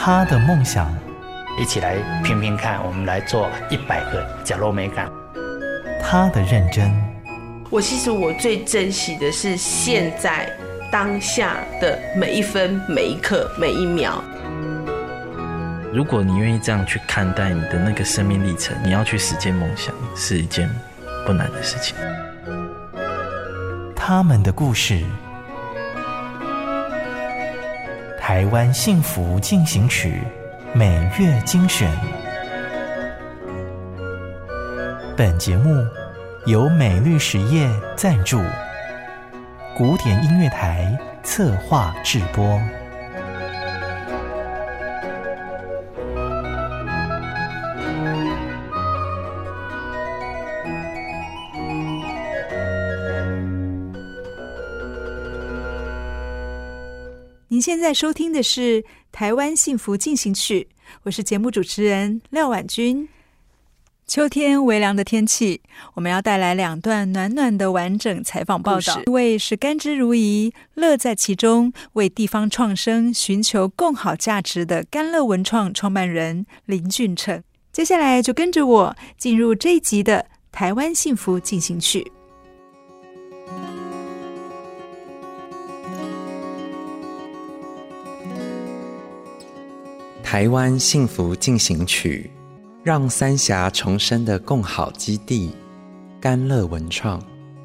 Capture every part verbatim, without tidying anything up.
他的梦想， 一起来拼拼看，我们来做一百个角落美感。 他的认真， 我其实我最珍惜的是现在当下的每一分每一刻每一秒。 如果你愿意这样去看待你的那个生命历程，你要去实践梦想是一件不难的事情。 他们的故事，台湾幸福进行曲每月精选。本节目由美律实业赞助，古典音乐台策划制播。 您现在收听的是台湾幸福进行曲，我是节目主持人廖婉君。秋天微凉的天气，我们要带来两段暖暖的完整采访报道。一位是甘之如饴，乐在其中，为地方创生寻求共好价值的甘乐文创创办人林俊成。接下来就跟着我进入这一集的台湾幸福进行曲。 台湾幸福进行曲，让三峡重生的共好基地，甘乐文创。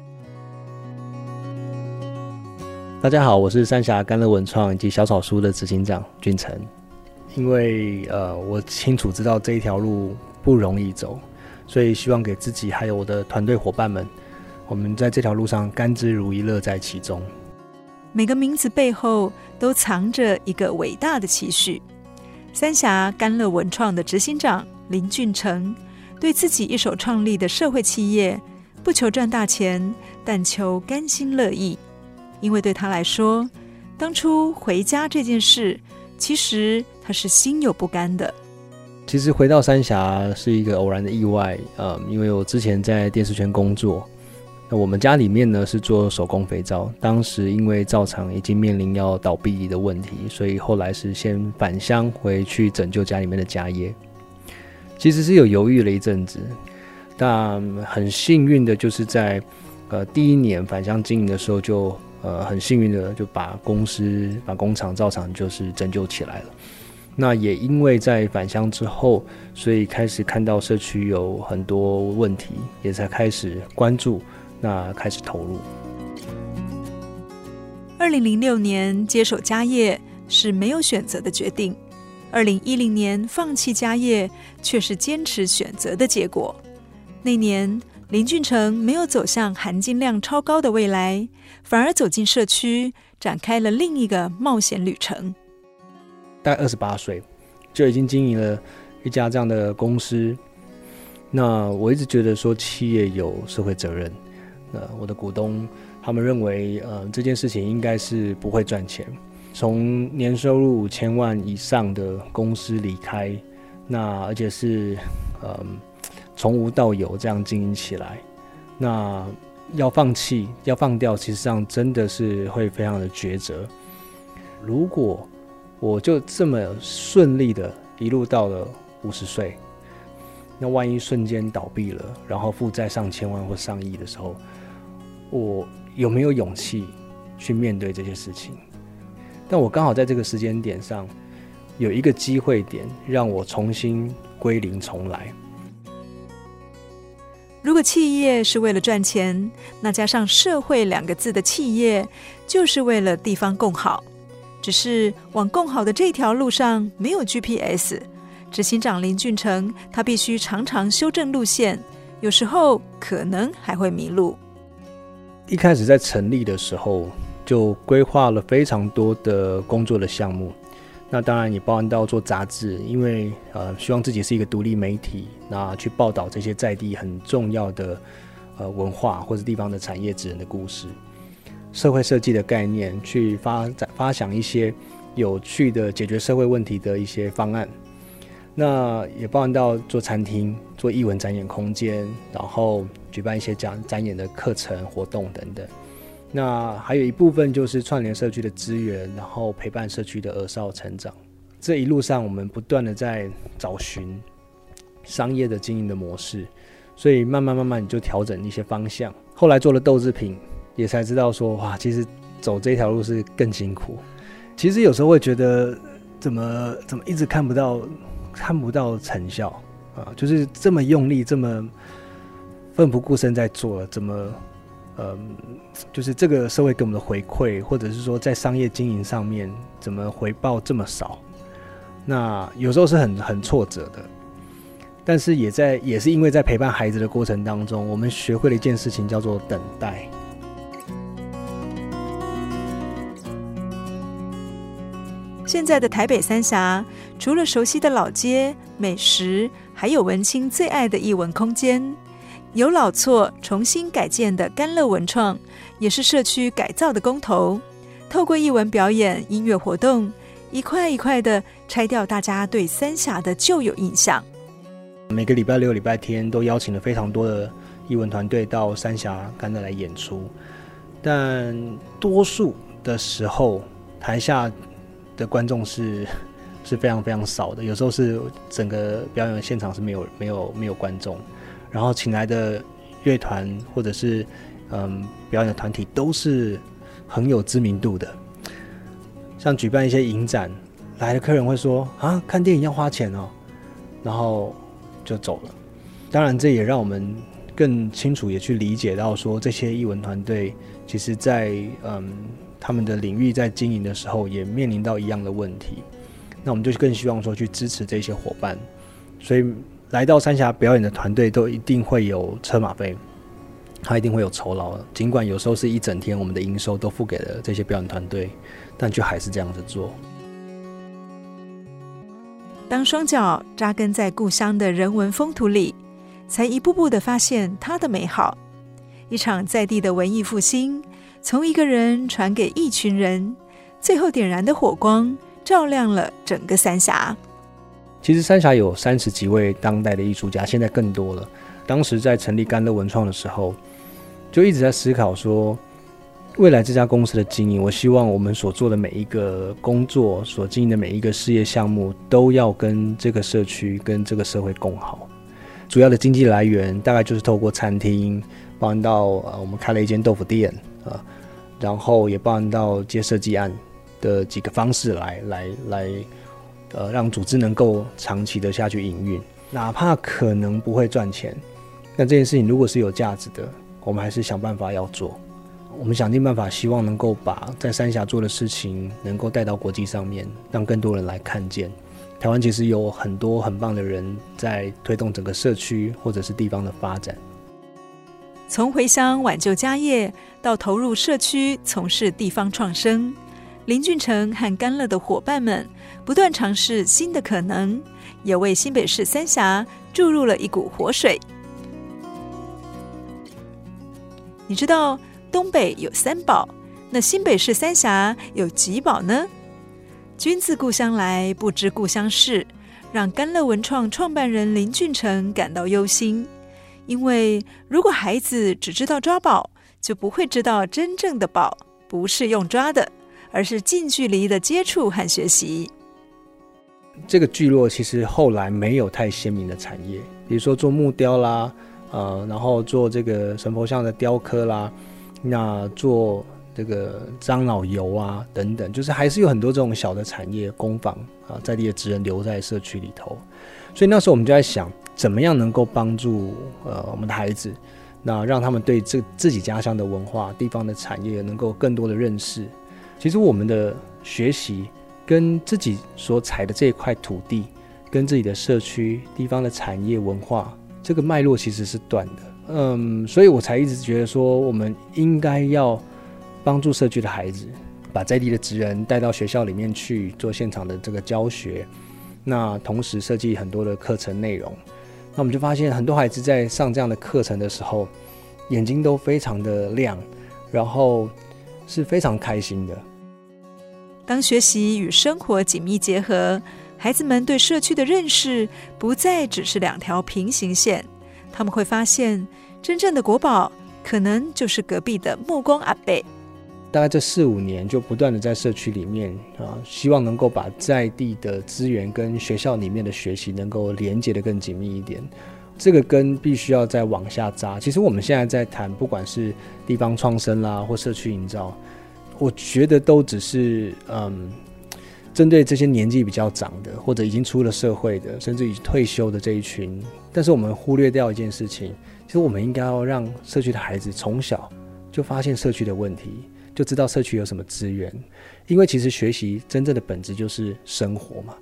大家好，我是三峡甘乐文创以及小草书的执行长俊成。因为呃，我清楚知道这一条路不容易走，所以希望给自己还有我的团队伙伴们，我们在这条路上甘之如饴，乐在其中。 每个名字背后都藏着一个伟大的期许。三峡甘乐文创的执行长林俊成对自己一手创立的社会企业不求赚大钱，但求甘心乐意。因为对他来说，当初回家这件事，其实他是心有不甘的。 其实回到三峡是一个偶然的意外，呃，因为我之前在电视圈工作，那我们家里面呢是做手工肥皂，当时因为皂厂已经面临要倒闭的问题，所以后来是先返乡回去拯救家里面的家业。其实是有犹豫了一阵子，但很幸运的就是在呃第一年返乡经营的时候就呃很幸运的就把公司把工厂皂厂就是拯救起来了。那也因为在返乡之后，所以开始看到社区有很多问题，也才开始关注，那开始投入。 二零零六年接手家业是没有选择的决定，二零一零年放弃家业却是坚持选择的结果。那年林俊成没有走向含金量超高的未来，反而走进社区，展开了另一个冒险旅程。 大概二十八岁就已经经营了一家这样的公司，那我一直觉得说企业有社会责任。呃，我的股东他们认为，呃，这件事情应该是不会赚钱。从年收入五千万以上的公司离开，那而且是呃从无到有这样经营起来，那要放弃要放掉，其实上真的是会非常的抉择。如果我就这么顺利的一路到了五十岁，那万一瞬间倒闭了，然后负债上千万或上亿的时候，我有没有勇气去面对这些事情？但我刚好在这个时间点上有一个机会点，让我重新归零重来。 如果企业是为了赚钱，那加上社会两个字的企业，就是为了地方共好。只是往共好的这条路上没有 G P S， 执行长林俊成他必须常常修正路线，有时候可能还会迷路。 一开始在成立的时候就规划了非常多的工作的项目，那当然也包含到做杂志，因为呃希望自己是一个独立媒体，那去报道这些在地很重要的呃文化或者地方的产业职人的故事。社会设计的概念，去 发, 发想一些有趣的解决社会问题的一些方案。那也包含到做餐厅、做艺文展演空间，然后举办一些展展演的课程活动等等。那还有一部分就是串联社区的资源，然后陪伴社区的儿少成长。 这一路上我们不断的在找寻商业的经营的模式，所以慢慢慢慢你就调整一些方向。后来做了豆制品，也才知道说，哇，其实走这条路是更辛苦。其实有时候会觉得，怎么怎么一直看不到看不到成效啊？就是这么用力，这么奋不顾身在做了，怎么呃，就是这个社会给我们的回馈，或者是说在商业经营上面，怎么回报这么少？那有时候是很很挫折的。但是也在也是因为在陪伴孩子的过程当中，我们学会了一件事情，叫做等待。 现在的台北三峡，除了熟悉的老街、美食，还有文青最爱的艺文空间。有老厝重新改建的甘乐文创，也是社区改造的工头。透过艺文表演、音乐活动，一块一块的拆掉大家对三峡的旧有印象。 每个礼拜六、礼拜天都邀请了非常多的艺文团队到三峡甘乐来演出，但多数的时候，台下的观众是是非常非常少的，有时候是整个表演现场是没有没有没有观众。然后请来的乐团或者是嗯表演的团体都是很有知名度的，像举办一些影展，来的客人会说啊，看电影要花钱哦，然后就走了。当然这也让我们更清楚也去理解到说，这些艺文团队其实在嗯他们的领域在经营的时候也面临到一样的问题，那我们就更希望说去支持这些伙伴。所以来到三峡表演的团队都一定会有车马费，他一定会有酬劳，尽管有时候是一整天我们的营收都付给了这些表演团队，但却还是这样子做。 当双脚扎根在故乡的人文风土里，才一步步地发现它的美好。一场在地的文艺复兴，从一个人传给一群人，最后点燃的火光照亮了整个三峡。 其实三峡有三十几位当代的艺术家，现在更多了。当时在成立甘乐文创的时候，就一直在思考说，未来这家公司的经营，我希望我们所做的每一个工作，所经营的每一个事业项目，都要跟这个社区、跟这个社会共好。主要的经济来源大概就是透过餐厅，包含到、呃、我们开了一间豆腐店、呃、然后也包含到接设计案的几个方式来来来。呃，让组织能够长期的下去营运，哪怕可能不会赚钱，但这件事情如果是有价值的，我们还是想办法要做。我们想尽办法，希望能够把在三峡做的事情能够带到国际上面，让更多人来看见。台湾其实有很多很棒的人在推动整个社区或者是地方的发展。 从回乡挽救家业，到投入社区从事地方创生，林俊成和甘乐的伙伴们不断尝试新的可能，也为新北市三峡注入了一股活水。你知道东北有三宝，那新北市三峡有几宝呢？君自故乡来，不知故乡事，让甘乐文创创办人林俊成感到忧心。因为如果孩子只知道抓宝，就不会知道真正的宝不是用抓的，而是近距离的接触和学习。 这个聚落其实后来没有太鲜明的产业，比如说做木雕啦，呃，然后做这个神佛像的雕刻啦，那做这个樟脑油啊等等，就是还是有很多这种小的产业工坊啊，在地的职人留在社区里头。所以那时候我们就在想，怎么样能够帮助呃我们的孩子，那让他们对这自己家乡的文化、地方的产业能够更多的认识。其实我们的学习跟自己所采的这一块土地，跟自己的社区、地方的产业文化，这个脉络其实是断的。嗯，所以我才一直觉得说，我们应该要帮助社区的孩子，把在地的职人带到学校里面去做现场的这个教学，那同时设计很多的课程内容。那我们就发现很多孩子在上这样的课程的时候，眼睛都非常的亮，然后是非常开心的。 当学习与生活紧密结合，孩子们对社区的认识不再只是两条平行线，他们会发现真正的国宝可能就是隔壁的木工阿伯。 大概这四五年就不断的在社区里面啊，希望能够把在地的资源跟学校里面的学习能够连接得更紧密一点。这个根必须要再往下扎。其实我们现在在谈，不管是地方创生啦，或社区营造，我觉得都只是嗯，针对这些年纪比较长的，或者已经出了社会的，甚至于退休的这一群。但是我们忽略掉一件事情，其实我们应该要让社区的孩子从小就发现社区的问题，就知道社区有什么资源。因为其实学习真正的本质就是生活嘛。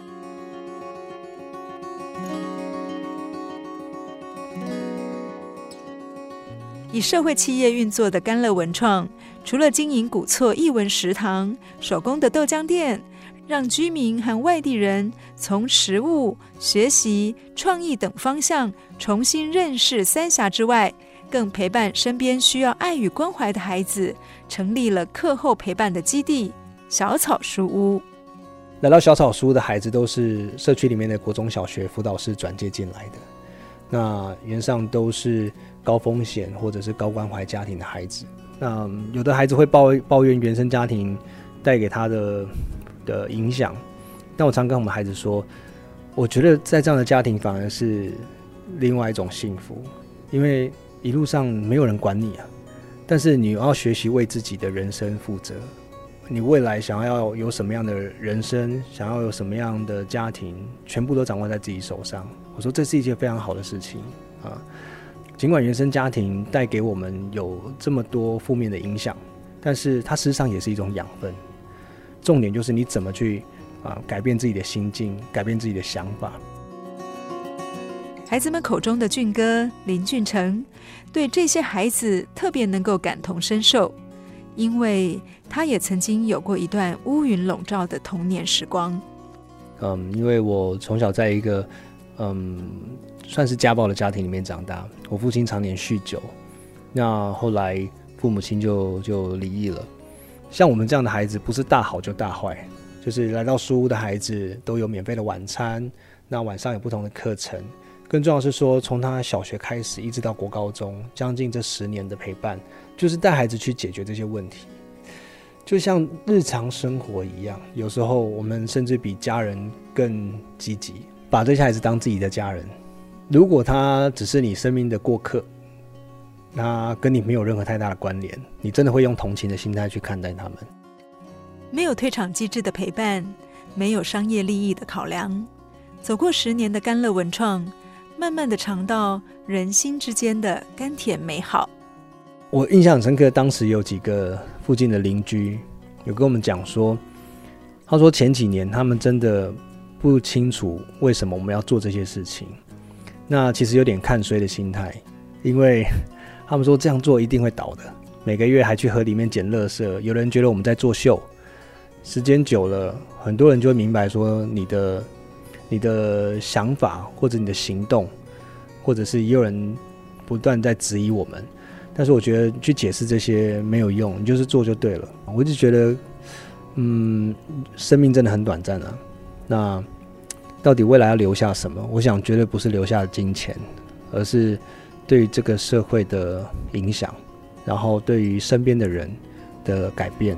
以社会企业运作的甘乐文创，除了经营古厝艺文食堂、手工的豆浆店，让居民和外地人从食物、学习、创意等方向重新认识三峡之外，更陪伴身边需要爱与关怀的孩子，成立了课后陪伴的基地小草书屋。 来到小草书屋的孩子都是社区里面的国中小学辅导室转介进来的，那原上都是高风险或者是高关怀家庭的孩子。那有的孩子会 抱, 抱怨原生家庭带给他的的影响，但我常跟我们孩子说，我觉得在这样的家庭反而是另外一种幸福，因为一路上没有人管你啊，但是你要学习为自己的人生负责。你未来想要有什么样的人生，想要有什么样的家庭，全部都掌握在自己手上。我说这是一件非常好的事情啊。尽管原生家庭带给我们有这么多负面的影响，但是它事实上也是一种养分。重点就是你怎么去啊改变自己的心境，改变自己的想法。 孩子们口中的俊哥林俊成，对这些孩子特别能够感同身受，因为他也曾经有过一段乌云笼罩的童年时光。 嗯，因为我从小在一个嗯算是家暴的家庭里面长大，我父亲常年酗酒，那后来父母亲就就离异了。像我们这样的孩子，不是大好就大坏，就是来到书屋的孩子都有免费的晚餐，那晚上有不同的课程。更重要的是说，从他小学开始一直到国高中，将近这十年的陪伴，就是带孩子去解决这些问题，就像日常生活一样。有时候我们甚至比家人更积极，把这些孩子当自己的家人。如果他只是你生命的过客，那跟你没有任何太大的关联，你真的会用同情的心态去看待他们。 没有退场机制的陪伴，没有商业利益的考量，走过十年的甘乐文创，慢慢的尝到人心之间的甘甜美好。 我印象很深刻，当时有几个附近的邻居有跟我们讲说，他说前几年他们真的不清楚为什么我们要做这些事情，那其实有点看衰的心态，因为他们说这样做一定会倒的，每个月还去河里面捡垃圾，有人觉得我们在作秀，时间久了很多人就会明白说你的你的想法或者你的行动，或者是也有人不断在质疑我们，但是我觉得去解释这些没有用，你就是做就对了。我一直觉得嗯，生命真的很短暂啊，那到底未来要留下什么？我想绝对不是留下金钱，而是对于这个社会的影响，然后对于身边的人的改变。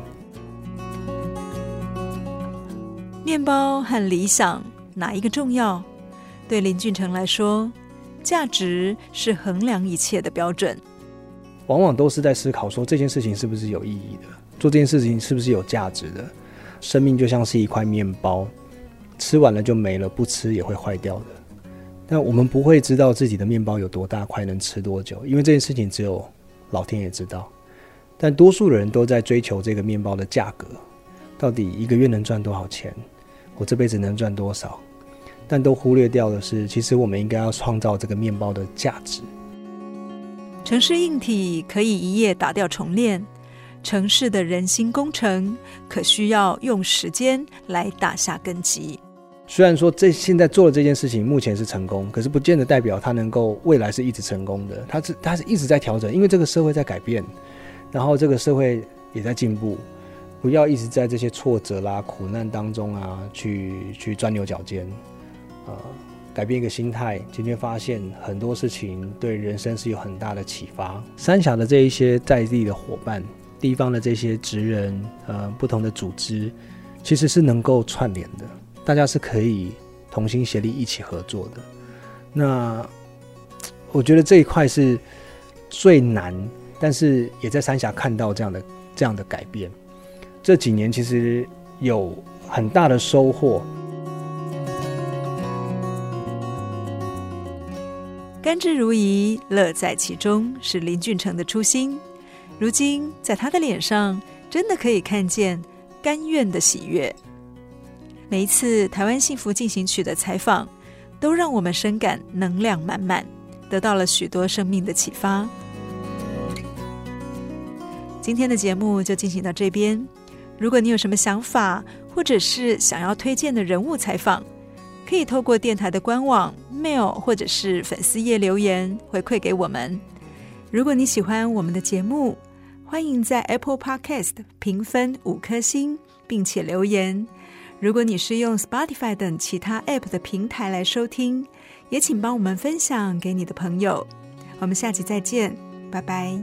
面包和理想哪一个重要？对林俊成来说，价值是衡量一切的标准。 往往都是在思考说这件事情是不是有意义的，做这件事情是不是有价值的。生命就像是一块面包，吃完了就没了，不吃也会坏掉的。但我们不会知道自己的面包有多大块，能吃多久，因为这件事情只有老天爷知道。但多数的人都在追求这个面包的价格，到底一个月能赚多少钱，我这辈子能赚多少，但都忽略掉的是，其实我们应该要创造这个面包的价值。 城市硬体可以一夜打掉重练，城市的人心工程可需要用时间来打下根基。 虽然说这现在做的这件事情目前是成功，可是不见得代表它能够未来是一直成功的。它是它是一直在调整，因为这个社会在改变，然后这个社会也在进步。不要一直在这些挫折啦、苦难当中啊，去去钻牛角尖，呃，改变一个心态，今天发现很多事情对人生是有很大的启发。三峡的这一些在地的伙伴， 地方的这些职人，呃，不同的组织，其实是能够串联的，大家是可以同心协力一起合作的。那我觉得这一块是最难，但是也在三峡看到这样的这样的改变。这几年其实有很大的收获。 甘之如饴，乐在其中，是林俊成的初心。如今在他的脸上，真的可以看见甘愿的喜悦。每一次台湾幸福进行曲的采访，都让我们深感能量满满，得到了许多生命的启发。今天的节目就进行到这边。如果你有什么想法，或者是想要推荐的人物采访，可以透过电台的官网、mail 或者是粉丝页留言回馈给我们。如果你喜欢我们的节目，欢迎在 Apple Podcast 评分五颗星，并且留言。如果你是用 Spotify 等其他 App 的平台来收听，也请帮我们分享给你的朋友。我们下期再见，拜拜。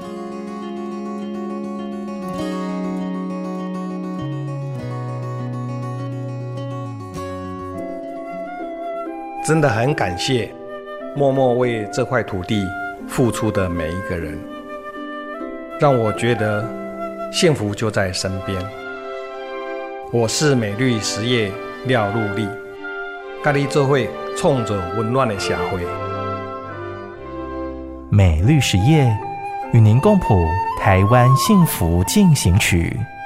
真的很感谢默默为这块土地付出的每一个人，让我觉得幸福就在身边。我是美绿实业廖陆力，跟你做伙创造温暖的社会。 美绿实业与您共谱台湾幸福进行曲。